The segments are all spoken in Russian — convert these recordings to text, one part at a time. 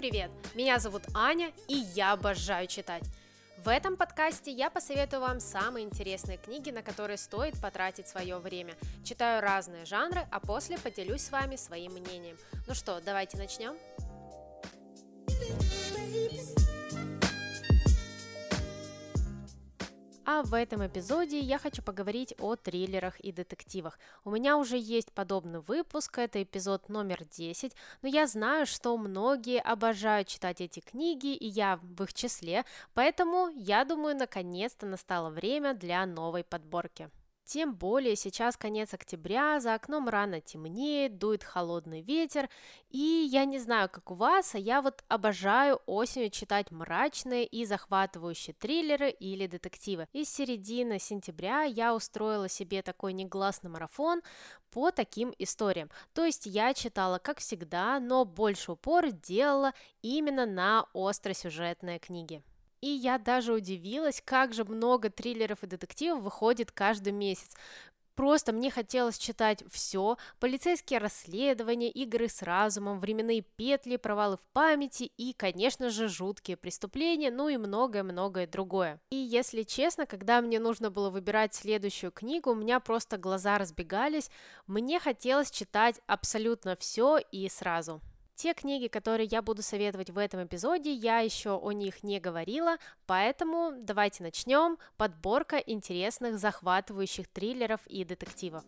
привет! Меня зовут Аня, и я обожаю читать. В этом подкасте я посоветую вам самые интересные книги, на которые стоит потратить свое время. Читаю разные жанры, а после поделюсь с вами своим мнением. Ну что, давайте начнем? А в этом эпизоде я хочу поговорить о триллерах и детективах. У меня уже есть подобный выпуск, это эпизод номер 10, но я знаю, что многие обожают читать эти книги, и я в их числе, поэтому я думаю, наконец-то настало время для новой подборки. Тем более сейчас конец октября, за окном рано темнеет, дует холодный ветер, и я не знаю, как у вас, а я вот обожаю осенью читать мрачные и захватывающие триллеры или детективы. И с середины сентября я устроила себе такой негласный марафон по таким историям. То есть я читала, как всегда, но больше упор делала именно на остросюжетные книги. И я даже удивилась, как же много триллеров и детективов выходит каждый месяц. Просто мне хотелось читать все: полицейские расследования, игры с разумом, временные петли, провалы в памяти и, конечно же, жуткие преступления, ну и многое-многое другое. И если честно, когда мне нужно было выбирать следующую книгу, у меня просто глаза разбегались, мне хотелось читать абсолютно все и сразу. Те книги, которые я буду советовать в этом эпизоде, я еще о них не говорила, поэтому давайте начнем. Подборка интересных, захватывающих триллеров и детективов.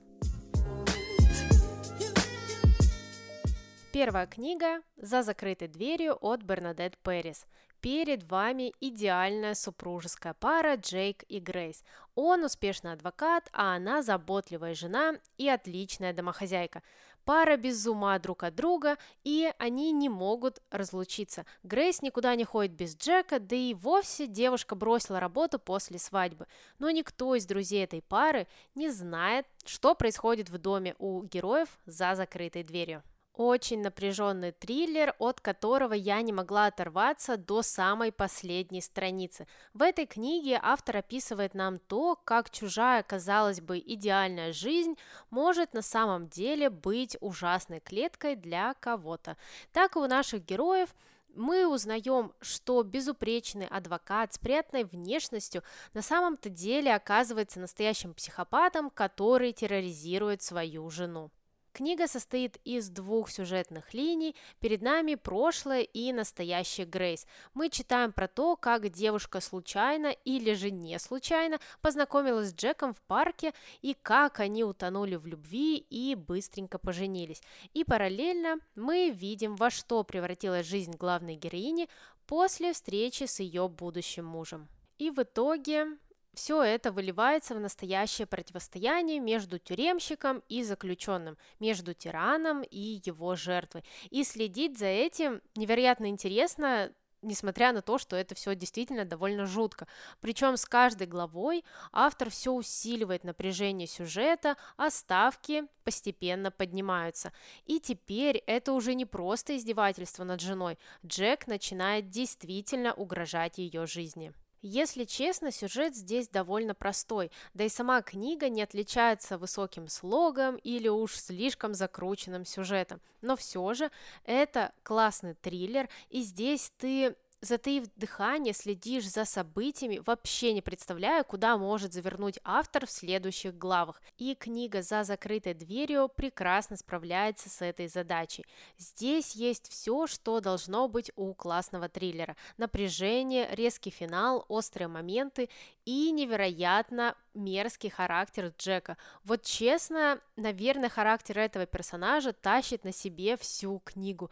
Первая книга «За закрытой дверью» от Бернадетт Пэрис. Перед вами идеальная супружеская пара Джейк и Грейс. Он успешный адвокат, а она заботливая жена и отличная домохозяйка. Пара без ума друг от друга, и они не могут разлучиться. Грейс никуда не ходит без Джека, да и вовсе девушка бросила работу после свадьбы. Но никто из друзей этой пары не знает, что происходит в доме у героев за закрытой дверью. Очень напряженный триллер, от которого я не могла оторваться до самой последней страницы. В этой книге автор описывает нам то, как чужая, казалось бы, идеальная жизнь может на самом деле быть ужасной клеткой для кого-то. Так и у наших героев мы узнаем, что безупречный адвокат с приятной внешностью на самом-то деле оказывается настоящим психопатом, который терроризирует свою жену. Книга состоит из двух сюжетных линий. Перед нами прошлое и настоящее Грейс. Мы читаем про то, как девушка случайно или же не случайно познакомилась с Джеком в парке и как они утонули в любви и быстренько поженились. И параллельно мы видим, во что превратилась жизнь главной героини после встречи с ее будущим мужем. И в итоге все это выливается в настоящее противостояние между тюремщиком и заключенным, между тираном и его жертвой. И следить за этим невероятно интересно, несмотря на то, что это все действительно довольно жутко. Причем с каждой главой автор все усиливает напряжение сюжета, а ставки постепенно поднимаются. И теперь это уже не просто издевательство над женой. Джек начинает действительно угрожать ее жизни. Если честно, сюжет здесь довольно простой, да и сама книга не отличается высоким слогом или уж слишком закрученным сюжетом. Но все же это классный триллер, и здесь ты, затаив дыхание, следишь за событиями, вообще не представляя, куда может завернуть автор в следующих главах. И книга «За закрытой дверью» прекрасно справляется с этой задачей. Здесь есть все, что должно быть у классного триллера. Напряжение, резкий финал, острые моменты и невероятно мерзкий характер Джека. Вот честно, наверное, характер этого персонажа тащит на себе всю книгу.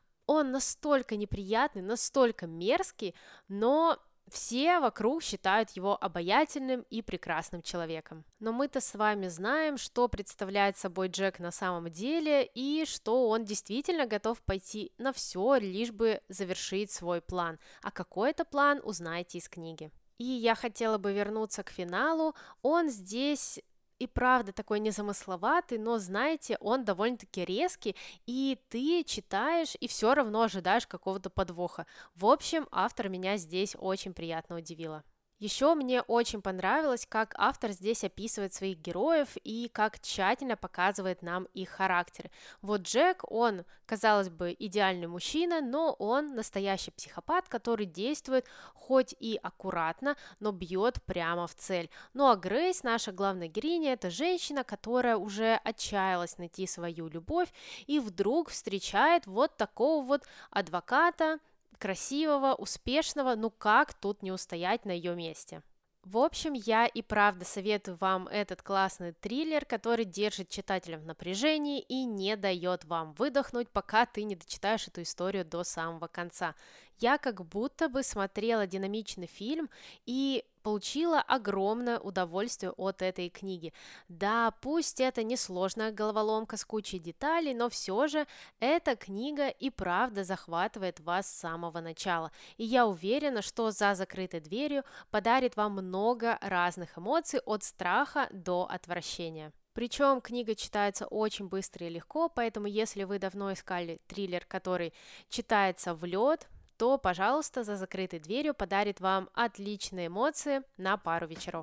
Он настолько неприятный, настолько мерзкий, но все вокруг считают его обаятельным и прекрасным человеком. Но мы-то с вами знаем, что представляет собой Джек на самом деле и что он действительно готов пойти на все, лишь бы завершить свой план. А какой это план, узнаете из книги. И я хотела бы вернуться к финалу. Он здесь и правда такой незамысловатый, но, знаете, он довольно-таки резкий, и ты читаешь и все равно ожидаешь какого-то подвоха. В общем, автор меня здесь очень приятно удивила. Еще мне очень понравилось, как автор здесь описывает своих героев и как тщательно показывает нам их характеры. Вот Джек, он, казалось бы, идеальный мужчина, но он настоящий психопат, который действует хоть и аккуратно, но бьет прямо в цель. Ну а Грейс, наша главная героиня, это женщина, которая уже отчаялась найти свою любовь и вдруг встречает вот такого вот адвоката, красивого, успешного, ну как тут не устоять на ее месте? В общем, я и правда советую вам этот классный триллер, который держит читателя в напряжении и не дает вам выдохнуть, пока ты не дочитаешь эту историю до самого конца. Я как будто бы смотрела динамичный фильм и получила огромное удовольствие от этой книги. Да, пусть это не сложная головоломка с кучей деталей, но все же эта книга и правда захватывает вас с самого начала. И я уверена, что «За закрытой дверью» подарит вам много разных эмоций от страха до отвращения. Причем книга читается очень быстро и легко, поэтому если вы давно искали триллер, который читается в лед, то, пожалуйста, «За закрытой дверью» подарит вам отличные эмоции на пару вечеров.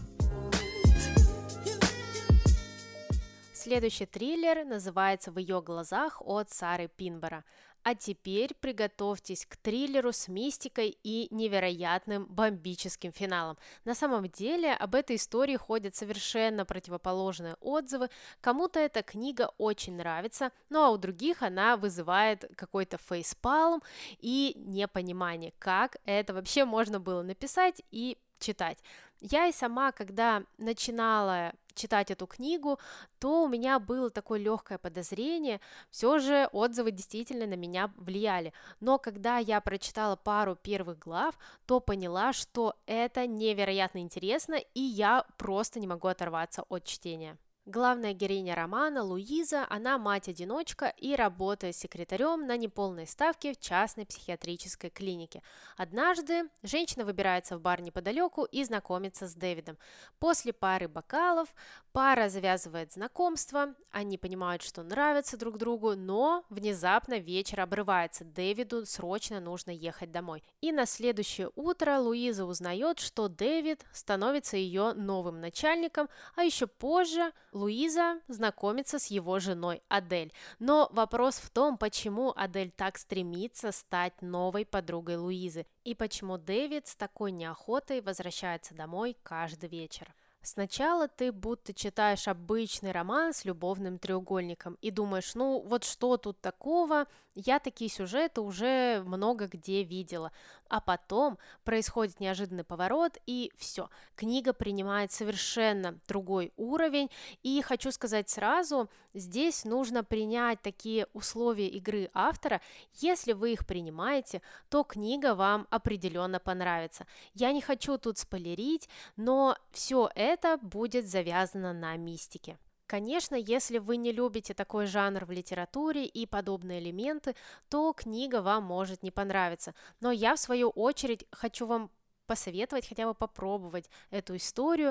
Следующий триллер называется «В ее глазах» от Сары Пинбора. А теперь приготовьтесь к триллеру с мистикой и невероятным бомбическим финалом. На самом деле об этой истории ходят совершенно противоположные отзывы. Кому-то эта книга очень нравится, ну а у других она вызывает какой-то фейспалм и непонимание, как это вообще можно было написать и читать. Я и сама, когда начинала читать эту книгу, то у меня было такое легкое подозрение, все же отзывы действительно на меня влияли. Но когда я прочитала пару первых глав, то поняла, что это невероятно интересно, и я просто не могу оторваться от чтения. Главная героиня романа Луиза, она мать-одиночка и работает секретарем на неполной ставке в частной психиатрической клинике. Однажды женщина выбирается в бар неподалеку и знакомится с Дэвидом. После пары бокалов пара завязывает знакомство, они понимают, что нравятся друг другу, но внезапно вечер обрывается, Дэвиду срочно нужно ехать домой. И на следующее утро Луиза узнает, что Дэвид становится ее новым начальником, а еще позже Луиза знакомится с его женой Адель. Но вопрос в том, почему Адель так стремится стать новой подругой Луизы и почему Дэвид с такой неохотой возвращается домой каждый вечер. Сначала ты будто читаешь обычный роман с любовным треугольником и думаешь, ну вот что тут такого, я такие сюжеты уже много где видела. А потом происходит неожиданный поворот, и все, книга принимает совершенно другой уровень. И хочу сказать сразу, здесь нужно принять такие условия игры автора. Если вы их принимаете, то книга вам определенно понравится. Я не хочу тут спойлерить, но все это будет завязано на мистике. Конечно, если вы не любите такой жанр в литературе и подобные элементы, то книга вам может не понравиться. Но я, в свою очередь, хочу вам посоветовать хотя бы попробовать эту историю.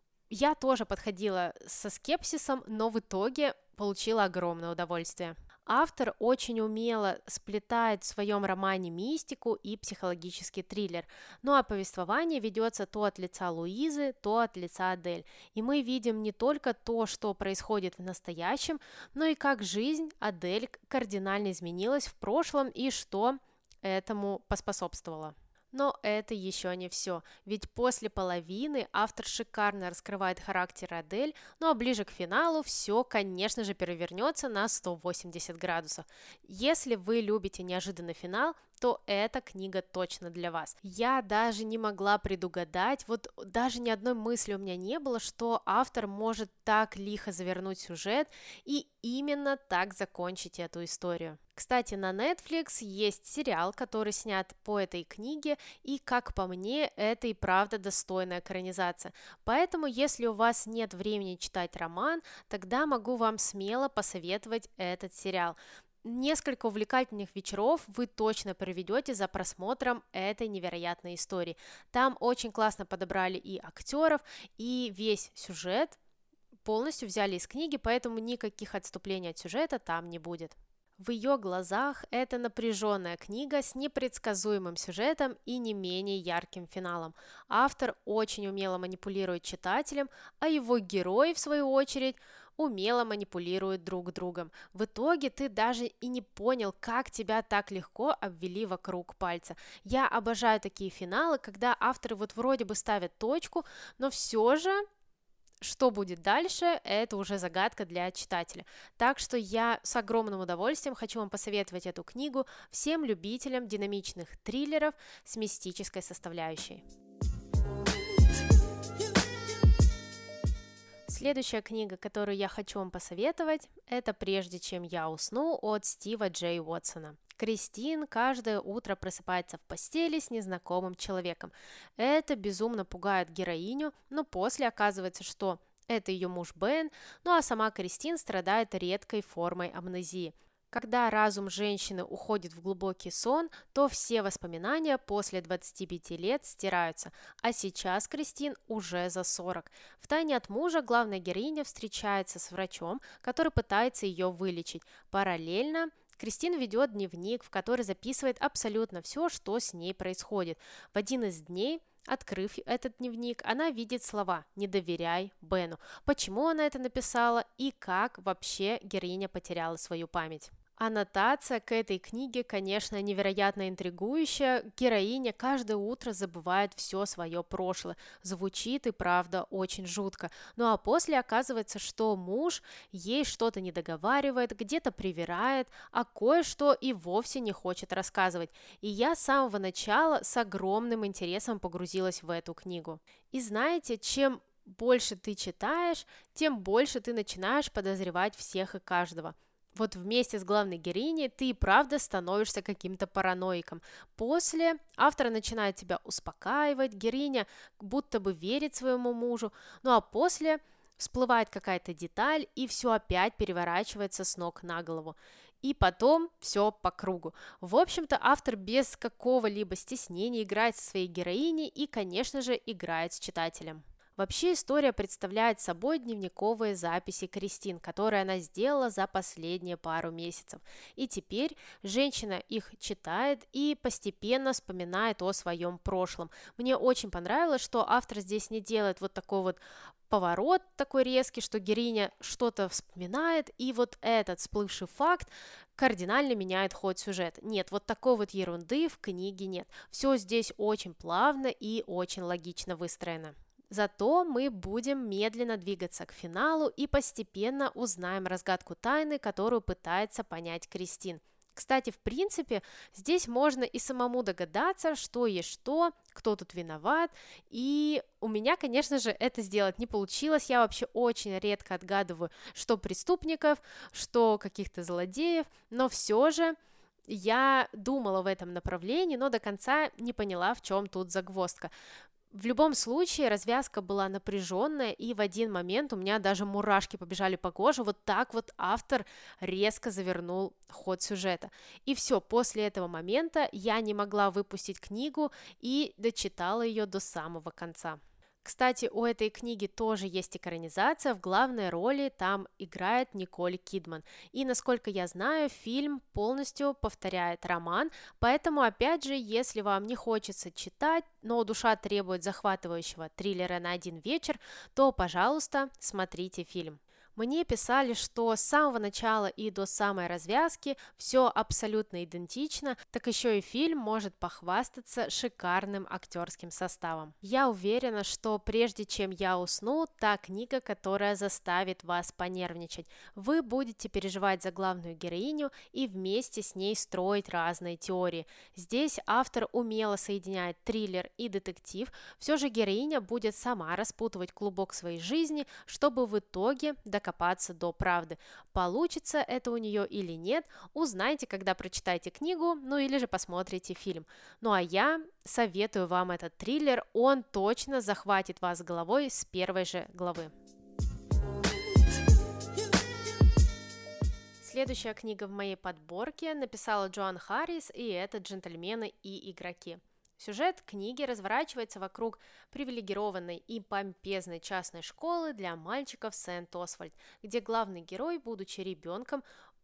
Я тоже подходила со скепсисом, но в итоге получила огромное удовольствие. Автор очень умело сплетает в своем романе мистику и психологический триллер. Ну а повествование ведется то от лица Луизы, то от лица Адель. И мы видим не только то, что происходит в настоящем, но и как жизнь Адель кардинально изменилась в прошлом и что этому поспособствовало. Но это еще не все, ведь после половины автор шикарно раскрывает характер Адель, ну а ближе к финалу все, конечно же, перевернется на 180 градусов. Если вы любите неожиданный финал, то эта книга точно для вас. Я даже не могла предугадать, вот даже ни одной мысли у меня не было, что автор может так лихо завернуть сюжет и именно так закончить эту историю. Кстати, на Netflix есть сериал, который снят по этой книге, и, как по мне, это и правда достойная экранизация. Поэтому, если у вас нет времени читать роман, тогда могу вам смело посоветовать этот сериал. Несколько увлекательных вечеров вы точно проведете за просмотром этой невероятной истории. Там очень классно подобрали и актеров, и весь сюжет полностью взяли из книги, поэтому никаких отступлений от сюжета там не будет. В ее глазах это напряженная книга с непредсказуемым сюжетом и не менее ярким финалом. Автор очень умело манипулирует читателем, а его герои, в свою очередь, умело манипулируют друг другом. В итоге ты даже и не понял, как тебя так легко обвели вокруг пальца. Я обожаю такие финалы, когда авторы вот вроде бы ставят точку, но все же что будет дальше, это уже загадка для читателя. Так что я с огромным удовольствием хочу вам посоветовать эту книгу всем любителям динамичных триллеров с мистической составляющей. Следующая книга, которую я хочу вам посоветовать, это «Прежде чем я усну» от Стива Джей Уотсона. Кристин каждое утро просыпается в постели с незнакомым человеком. Это безумно пугает героиню, но после оказывается, что это ее муж Бен, ну а сама Кристин страдает редкой формой амнезии. Когда разум женщины уходит в глубокий сон, то все воспоминания после 25 лет стираются, а сейчас Кристин уже за 40. Втайне от мужа главная героиня встречается с врачом, который пытается ее вылечить. Параллельно Кристин ведет дневник, в который записывает абсолютно все, что с ней происходит. В один из дней, открыв этот дневник, она видит слова «Не доверяй Бену». Почему она это написала и как вообще героиня потеряла свою память. Аннотация к этой книге, конечно, невероятно интригующая. Героиня каждое утро забывает все свое прошлое. Звучит и правда очень жутко. Ну а после оказывается, что муж ей что-то не договаривает, где-то привирает, а кое-что и вовсе не хочет рассказывать. И я с самого начала с огромным интересом погрузилась в эту книгу. И знаете, чем больше ты читаешь, тем больше ты начинаешь подозревать всех и каждого. Вот вместе с главной героиней ты и правда становишься каким-то параноиком. После автор начинает тебя успокаивать, героиня будто бы верит своему мужу, ну а после всплывает какая-то деталь, и все опять переворачивается с ног на голову. И потом все по кругу. В общем-то, автор без какого-либо стеснения играет со своей героиней и, конечно же, играет с читателем. Вообще история представляет собой дневниковые записи Кристин, которые она сделала за последние пару месяцев. И теперь женщина их читает и постепенно вспоминает о своем прошлом. Мне очень понравилось, что автор здесь не делает вот такой вот поворот такой резкий, что героиня что-то вспоминает, и вот этот всплывший факт кардинально меняет ход сюжета. Нет, вот такой вот ерунды в книге нет. Все здесь очень плавно и очень логично выстроено. Зато мы будем медленно двигаться к финалу и постепенно узнаем разгадку тайны, которую пытается понять Кристин. Кстати, в принципе, здесь можно и самому догадаться, что есть что, кто тут виноват, и у меня, конечно же, это сделать не получилось. Я вообще очень редко отгадываю, что преступников, что каких-то злодеев, но все же я думала в этом направлении, но до конца не поняла, в чем тут загвоздка. В любом случае, развязка была напряженная, и в один момент у меня даже мурашки побежали по коже. Вот так вот автор резко завернул ход сюжета. И все, после этого момента я не могла выпустить книгу и дочитала ее до самого конца. Кстати, у этой книги тоже есть экранизация, в главной роли там играет Николь Кидман. И, насколько я знаю, фильм полностью повторяет роман, поэтому, опять же, если вам не хочется читать, но душа требует захватывающего триллера на один вечер, то, пожалуйста, смотрите фильм. Мне писали, что с самого начала и до самой развязки все абсолютно идентично, так еще и фильм может похвастаться шикарным актерским составом. Я уверена, что «Прежде чем я усну» та книга, которая заставит вас понервничать. Вы будете переживать за главную героиню и вместе с ней строить разные теории. Здесь автор умело соединяет триллер и детектив, все же героиня будет сама распутывать клубок своей жизни, чтобы в итоге докопаться до правды. Получится это у нее или нет, узнайте, когда прочитаете книгу, ну или же посмотрите фильм. Ну а я советую вам этот триллер, он точно захватит вас головой с первой же главы. Следующая книга в моей подборке написала Джоан Харрис, и это «Джентльмены и игроки». Сюжет книги разворачивается вокруг привилегированной и помпезной частной школы для мальчиков Сент-Освальд, где главный герой, будучи ребенком,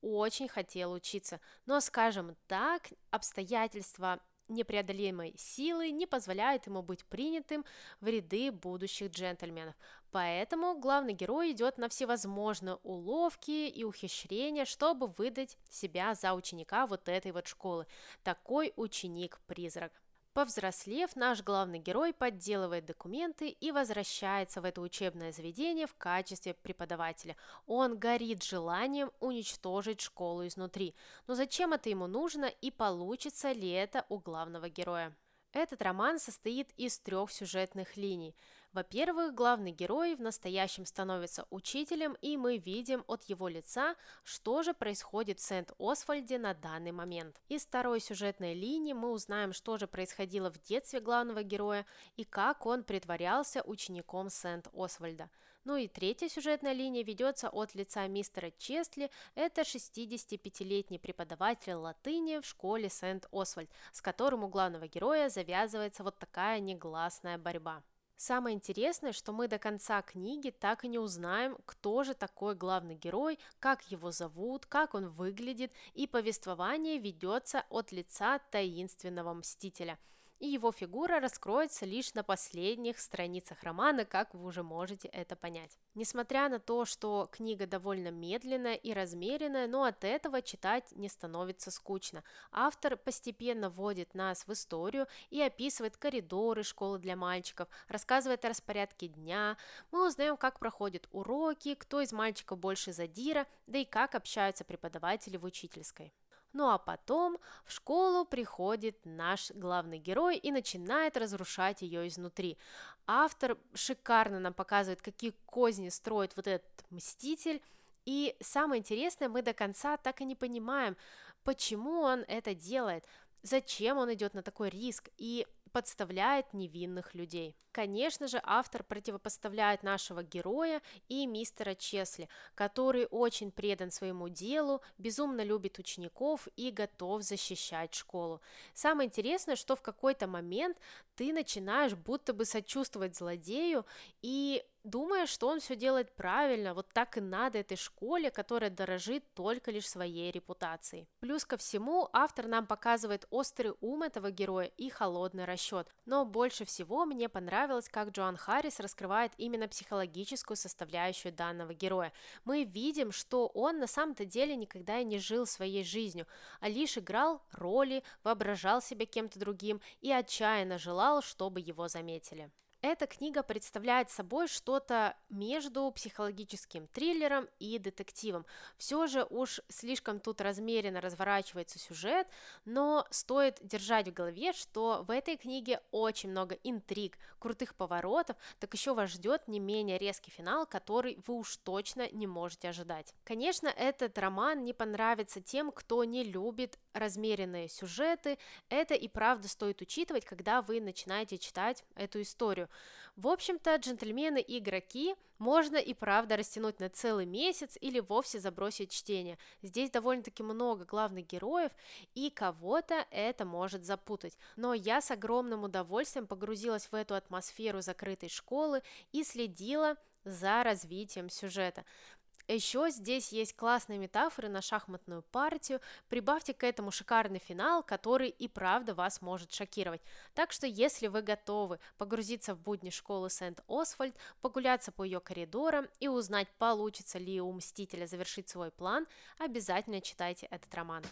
очень хотел учиться, но, скажем так, обстоятельства непреодолимой силы не позволяют ему быть принятым в ряды будущих джентльменов. Поэтому главный герой идет на всевозможные уловки и ухищрения, чтобы выдать себя за ученика вот этой вот школы. Такой ученик-призрак. Повзрослев, наш главный герой подделывает документы и возвращается в это учебное заведение в качестве преподавателя. Он горит желанием уничтожить школу изнутри. Но зачем это ему нужно и получится ли это у главного героя? Этот роман состоит из 3 сюжетных линий. Во-первых, главный герой в настоящем становится учителем, и мы видим от его лица, что же происходит в Сент-Освальде на данный момент. Из 2 сюжетной линии мы узнаем, что же происходило в детстве главного героя и как он притворялся учеником Сент-Освальда. Ну и 3 сюжетная линия ведется от лица мистера Честли, это 65-летний преподаватель латыни в школе Сент-Освальд, с которым у главного героя завязывается вот такая негласная борьба. Самое интересное, что мы до конца книги так и не узнаем, кто же такой главный герой, как его зовут, как он выглядит, и повествование ведется от лица таинственного мстителя. И его фигура раскроется лишь на последних страницах романа, как вы уже можете это понять. Несмотря на то, что книга довольно медленная и размеренная, но от этого читать не становится скучно. Автор постепенно вводит нас в историю и описывает коридоры школы для мальчиков, рассказывает о распорядке дня, мы узнаем, как проходят уроки, кто из мальчиков больше задира, да и как общаются преподаватели в учительской. Ну а потом в школу приходит наш главный герой и начинает разрушать ее изнутри. Автор шикарно нам показывает, какие козни строит вот этот мститель. И самое интересное, мы до конца так и не понимаем, почему он это делает, зачем он идет на такой риск и подставляет невинных людей. Конечно же, автор противопоставляет нашего героя и мистера Чесли, который очень предан своему делу, безумно любит учеников и готов защищать школу. Самое интересное, что в какой-то момент ты начинаешь будто бы сочувствовать злодею и думаешь, что он все делает правильно, вот так и надо этой школе, которая дорожит только лишь своей репутацией. Плюс ко всему, автор нам показывает острый ум этого героя и холодный расчет. Но больше всего мне понравилось, как Джоан Харрис раскрывает именно психологическую составляющую данного героя. Мы видим, что он на самом-то деле никогда и не жил своей жизнью, а лишь играл роли, воображал себя кем-то другим и отчаянно желал, чтобы его заметили. Эта книга представляет собой что-то между психологическим триллером и детективом. Все же уж слишком тут размеренно разворачивается сюжет, но стоит держать в голове, что в этой книге очень много интриг, крутых поворотов, так еще вас ждет не менее резкий финал, который вы уж точно не можете ожидать. Конечно, этот роман не понравится тем, кто не любит размеренные сюжеты, это и правда стоит учитывать, когда вы начинаете читать эту историю. В общем-то, джентльмены и игроки можно и правда растянуть на целый месяц или вовсе забросить чтение. Здесь довольно-таки много главных героев, и кого-то это может запутать. Но я с огромным удовольствием погрузилась в эту атмосферу закрытой школы и следила за развитием сюжета. Еще здесь есть классные метафоры на шахматную партию, прибавьте к этому шикарный финал, который и правда вас может шокировать. Так что если вы готовы погрузиться в будни школы Сент-Освальд, погуляться по ее коридорам и узнать, получится ли у Мстителя завершить свой план, обязательно читайте этот роман.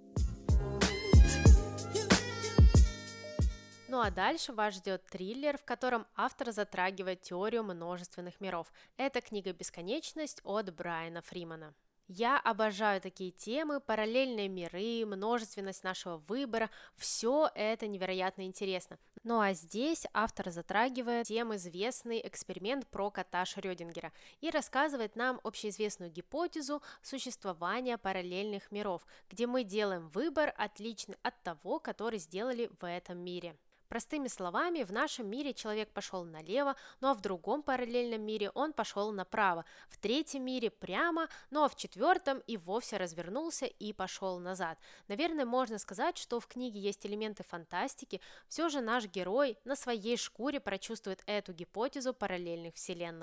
Ну а дальше вас ждет триллер, в котором автор затрагивает теорию множественных миров. Это книга «Бесконечность» от Брайана Фримана. Я обожаю такие темы, параллельные миры, множественность нашего выбора, все это невероятно интересно. Ну а здесь автор затрагивает тем известный эксперимент про кота Шрёдингера и рассказывает нам общеизвестную гипотезу существования параллельных миров, где мы делаем выбор, отличный от того, который сделали в этом мире. Простыми словами, в нашем мире человек пошел налево, ну а в другом параллельном мире он пошел направо, в третьем мире прямо, ну а в четвертом и вовсе развернулся и пошел назад. Наверное, можно сказать, что в книге есть элементы фантастики, все же наш герой на своей шкуре прочувствует эту гипотезу параллельных вселенных.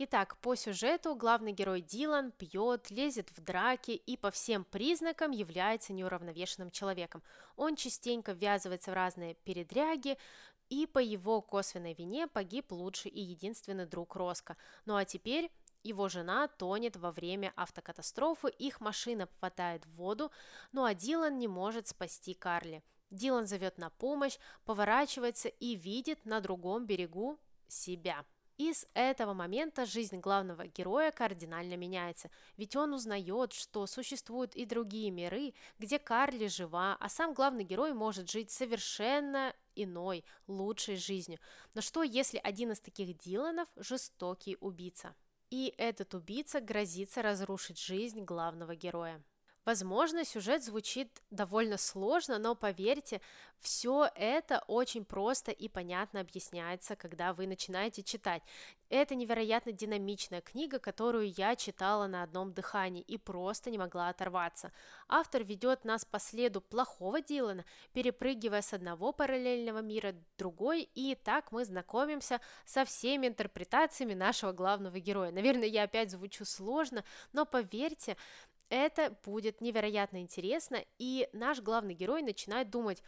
Итак, по сюжету главный герой Дилан пьет, лезет в драки и по всем признакам является неуравновешенным человеком. Он частенько ввязывается в разные передряги, и по его косвенной вине погиб лучший и единственный друг Роско. Ну а теперь его жена тонет во время автокатастрофы, их машина попадает в воду, ну а Дилан не может спасти Карли. Дилан зовет на помощь, поворачивается и видит на другом берегу себя. И с этого момента жизнь главного героя кардинально меняется, ведь он узнает, что существуют и другие миры, где Карли жива, а сам главный герой может жить совершенно иной, лучшей жизнью. Но что, если один из таких Диланов – жестокий убийца? И этот убийца грозится разрушить жизнь главного героя. Возможно, сюжет звучит довольно сложно, но поверьте, все это очень просто и понятно объясняется, когда вы начинаете читать. Это невероятно динамичная книга, которую я читала на одном дыхании и просто не могла оторваться. Автор ведет нас по следу плохого Дилана, перепрыгивая с одного параллельного мира в другой, и так мы знакомимся со всеми интерпретациями нашего главного героя. Наверное, я опять звучу сложно, но поверьте, это будет невероятно интересно, и наш главный герой начинает думать,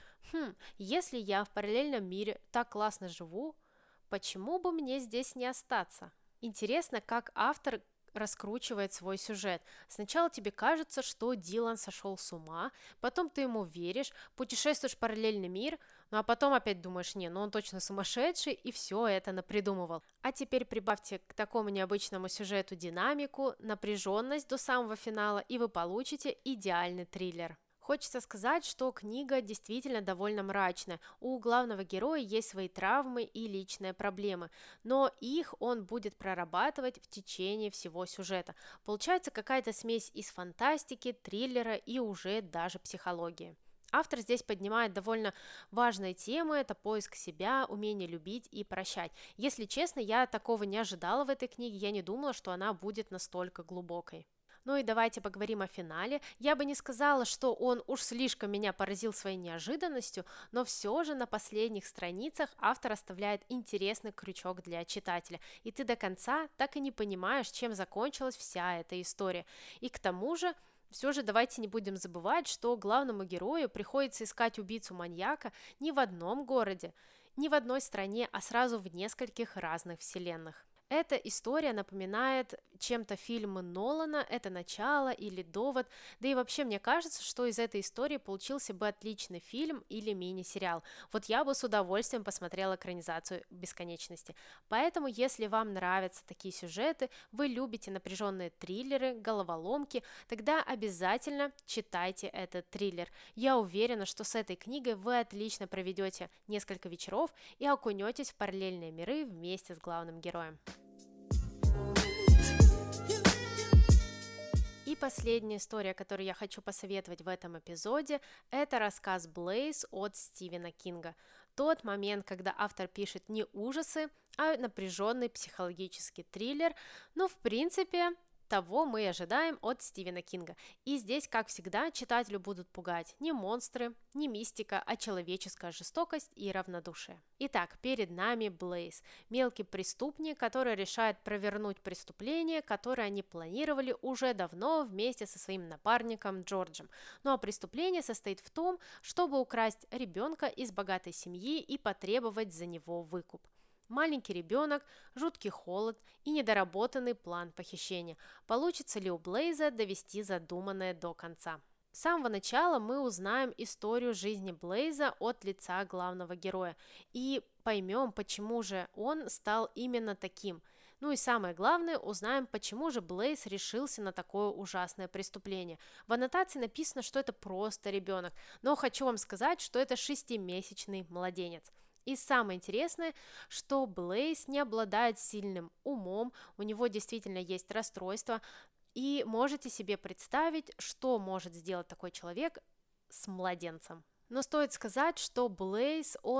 если я в параллельном мире так классно живу, почему бы мне здесь не остаться? Интересно, как автор раскручивает свой сюжет. Сначала тебе кажется, что Дилан сошел с ума, потом ты ему веришь, путешествуешь в параллельный мир, ну а потом опять думаешь, не, ну он точно сумасшедший и все это напридумывал. А теперь прибавьте к такому необычному сюжету динамику, напряженность до самого финала, и вы получите идеальный триллер. Хочется сказать, что книга действительно довольно мрачная. У главного героя есть свои травмы и личные проблемы, но их он будет прорабатывать в течение всего сюжета. Получается какая-то смесь из фантастики, триллера и уже даже психологии. Автор здесь поднимает довольно важные темы, это поиск себя, умение любить и прощать. Если честно, я такого не ожидала в этой книге, я не думала, что она будет настолько глубокой. Ну и давайте поговорим о финале. Я бы не сказала, что он уж слишком меня поразил своей неожиданностью, но все же на последних страницах автор оставляет интересный крючок для читателя, и ты до конца так и не понимаешь, чем закончилась вся эта история. И к тому же, все же давайте не будем забывать, что главному герою приходится искать убийцу-маньяка не в одном городе, не в одной стране, а сразу в нескольких разных вселенных. Эта история напоминает чем-то фильмы Нолана, это «Начало» или «Довод», да и вообще мне кажется, что из этой истории получился бы отличный фильм или мини-сериал. Вот я бы с удовольствием посмотрела экранизацию «Бесконечности». Поэтому, если вам нравятся такие сюжеты, вы любите напряженные триллеры, головоломки, тогда обязательно читайте этот триллер. Я уверена, что с этой книгой вы отлично проведете несколько вечеров и окунетесь в параллельные миры вместе с главным героем. И последняя история, которую я хочу посоветовать в этом эпизоде, это рассказ «Блейз» от Стивена Кинга. Тот момент, когда автор пишет не ужасы, а напряженный психологический триллер, но в принципе того мы и ожидаем от Стивена Кинга. И здесь, как всегда, читателю будут пугать не монстры, не мистика, а человеческая жестокость и равнодушие. Итак, перед нами Блейз, мелкий преступник, который решает провернуть преступление, которое они планировали уже давно вместе со своим напарником Джорджем. Ну а преступление состоит в том, чтобы украсть ребенка из богатой семьи и потребовать за него выкуп. Маленький ребенок, жуткий холод и недоработанный план похищения. Получится ли у Блейза довести задуманное до конца? С самого начала мы узнаем историю жизни Блейза от лица главного героя и поймем, почему же он стал именно таким. Ну и самое главное, узнаем, почему же Блейз решился на такое ужасное преступление. В аннотации написано, что это просто ребенок, но хочу вам сказать, что это 6-месячный младенец. И самое интересное, что Блейз не обладает сильным умом, у него действительно есть расстройство, и можете себе представить, что может сделать такой человек с младенцем. Но стоит сказать, что Блейз, он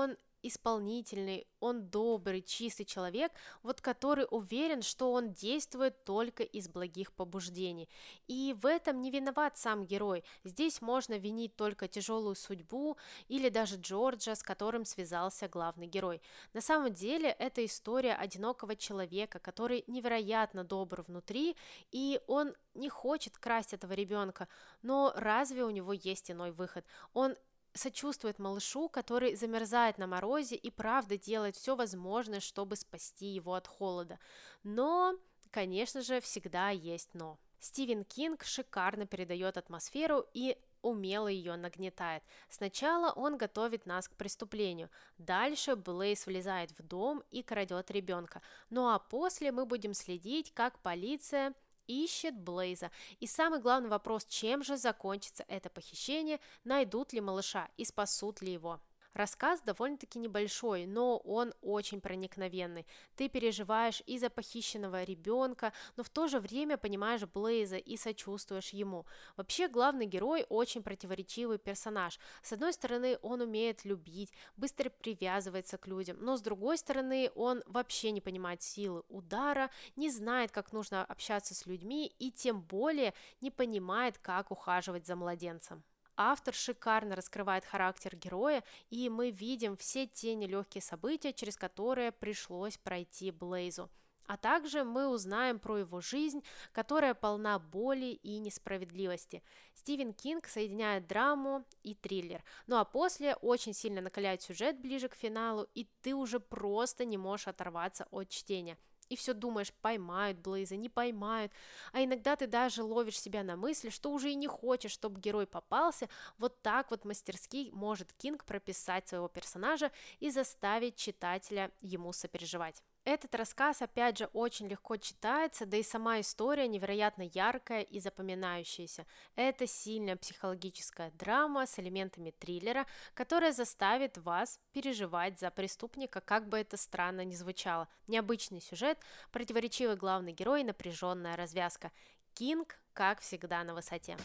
исполнительный, он добрый, чистый человек, вот который уверен, что он действует только из благих побуждений. И в этом не виноват сам герой. Здесь можно винить только тяжелую судьбу или даже Джорджа, с которым связался главный герой. На самом деле это история одинокого человека, который невероятно добр внутри, и он не хочет красть этого ребенка, но разве у него есть иной выход? Он сочувствует малышу, который замерзает на морозе и правда делает все возможное, чтобы спасти его от холода. Но, конечно же, всегда есть но. Стивен Кинг шикарно передает атмосферу и умело ее нагнетает. Сначала он готовит нас к преступлению, дальше Блейз влезает в дом и крадет ребенка, ну а после мы будем следить, как полиция ищет Блейза. И самый главный вопрос, чем же закончится это похищение, найдут ли малыша и спасут ли его. Рассказ довольно-таки небольшой, но он очень проникновенный. Ты переживаешь и за похищенного ребенка, но в то же время понимаешь Блейза и сочувствуешь ему. Вообще, главный герой очень противоречивый персонаж. С одной стороны, он умеет любить, быстро привязывается к людям, но с другой стороны, он вообще не понимает силы удара, не знает, как нужно общаться с людьми и тем более не понимает, как ухаживать за младенцем. Автор шикарно раскрывает характер героя, и мы видим все те нелегкие события, через которые пришлось пройти Блейзу. А также мы узнаем про его жизнь, которая полна боли и несправедливости. Стивен Кинг соединяет драму и триллер. Ну а после очень сильно накаляет сюжет ближе к финалу, и ты уже просто не можешь оторваться от чтения. И все думаешь, поймают Блейза, не поймают. А иногда ты даже ловишь себя на мысли, что уже и не хочешь, чтобы герой попался. Вот так вот мастерски может Кинг прописать своего персонажа и заставить читателя ему сопереживать. Этот рассказ, опять же, очень легко читается, да и сама история невероятно яркая и запоминающаяся. Это сильная психологическая драма с элементами триллера, которая заставит вас переживать за преступника, как бы это странно ни звучало. Необычный сюжет, противоречивый главный герой и напряженная развязка. Кинг, как всегда, на высоте.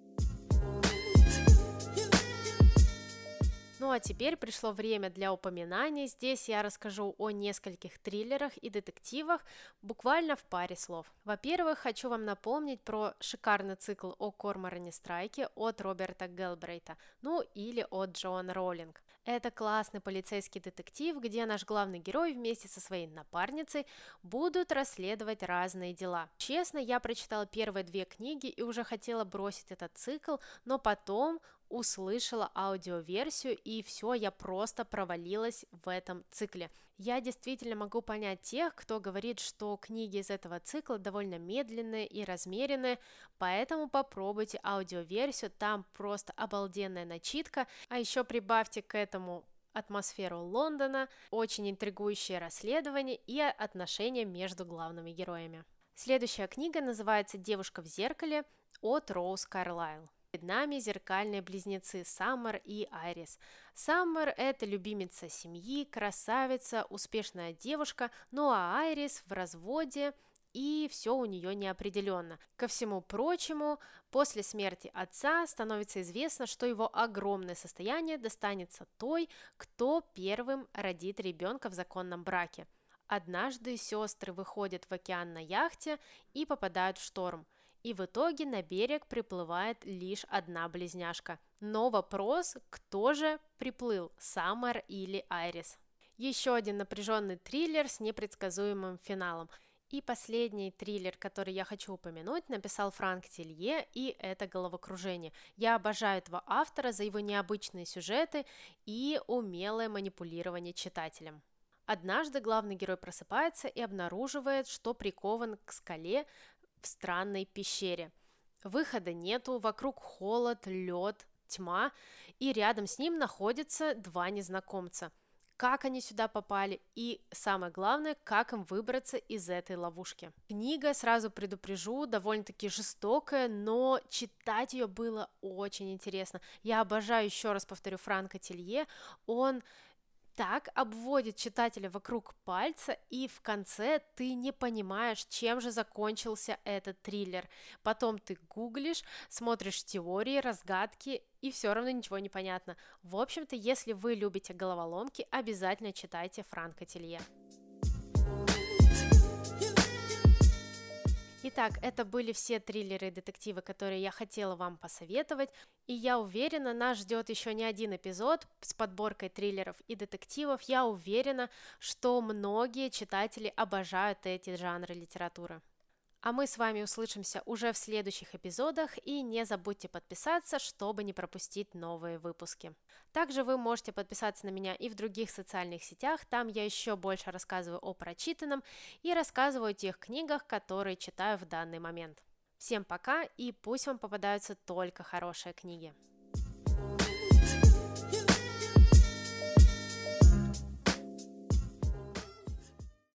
Ну а теперь пришло время для упоминаний. Здесь я расскажу о нескольких триллерах и детективах буквально в паре слов. Во-первых, хочу вам напомнить про шикарный цикл о Корморане Страйке от Роберта Гелбрейта, ну или от Джоан Роулинг. Это классный полицейский детектив, где наш главный герой вместе со своей напарницей будут расследовать разные дела. Честно, я прочитала первые 2 книги и уже хотела бросить этот цикл, но потом услышала аудиоверсию, и все, я просто провалилась в этом цикле. Я действительно могу понять тех, кто говорит, что книги из этого цикла довольно медленные и размеренные, поэтому попробуйте аудиоверсию, там просто обалденная начитка, а еще прибавьте к этому атмосферу Лондона, очень интригующее расследование и отношения между главными героями. Следующая книга называется «Девушка в зеркале» от Роуз Карлайл. Перед нами зеркальные близнецы Саммер и Айрис. Саммер – это любимица семьи, красавица, успешная девушка, ну а Айрис в разводе, и все у нее неопределенно. Ко всему прочему, после смерти отца становится известно, что его огромное состояние достанется той, кто первым родит ребенка в законном браке. Однажды сестры выходят в океан на яхте и попадают в шторм. И в итоге на берег приплывает лишь одна близняшка. Но вопрос, кто же приплыл, Саммер или Айрис? Еще один напряженный триллер с непредсказуемым финалом. И последний триллер, который я хочу упомянуть, написал Франк Телье, и это «Головокружение». Я обожаю этого автора за его необычные сюжеты и умелое манипулирование читателем. Однажды главный герой просыпается и обнаруживает, что прикован к скале в странной пещере. Выхода нету, вокруг холод, лед, тьма, и рядом с ним находятся 2 незнакомца. Как они сюда попали и, самое главное, как им выбраться из этой ловушки. Книга, сразу предупрежу, довольно-таки жестокая, но читать ее было очень интересно. Я обожаю, еще раз повторю, Франка Телье. Он так обводит читателя вокруг пальца, и в конце ты не понимаешь, чем же закончился этот триллер. Потом ты гуглишь, смотришь теории, разгадки, и все равно ничего не понятно. В общем-то, если вы любите головоломки, обязательно читайте Франка Телье. Итак, это были все триллеры и детективы, которые я хотела вам посоветовать, и я уверена, нас ждет еще не один эпизод с подборкой триллеров и детективов. Я уверена, что многие читатели обожают эти жанры литературы. А мы с вами услышимся уже в следующих эпизодах, и не забудьте подписаться, чтобы не пропустить новые выпуски. Также вы можете подписаться на меня и в других социальных сетях, там я еще больше рассказываю о прочитанном и рассказываю о тех книгах, которые читаю в данный момент. Всем пока, и пусть вам попадаются только хорошие книги.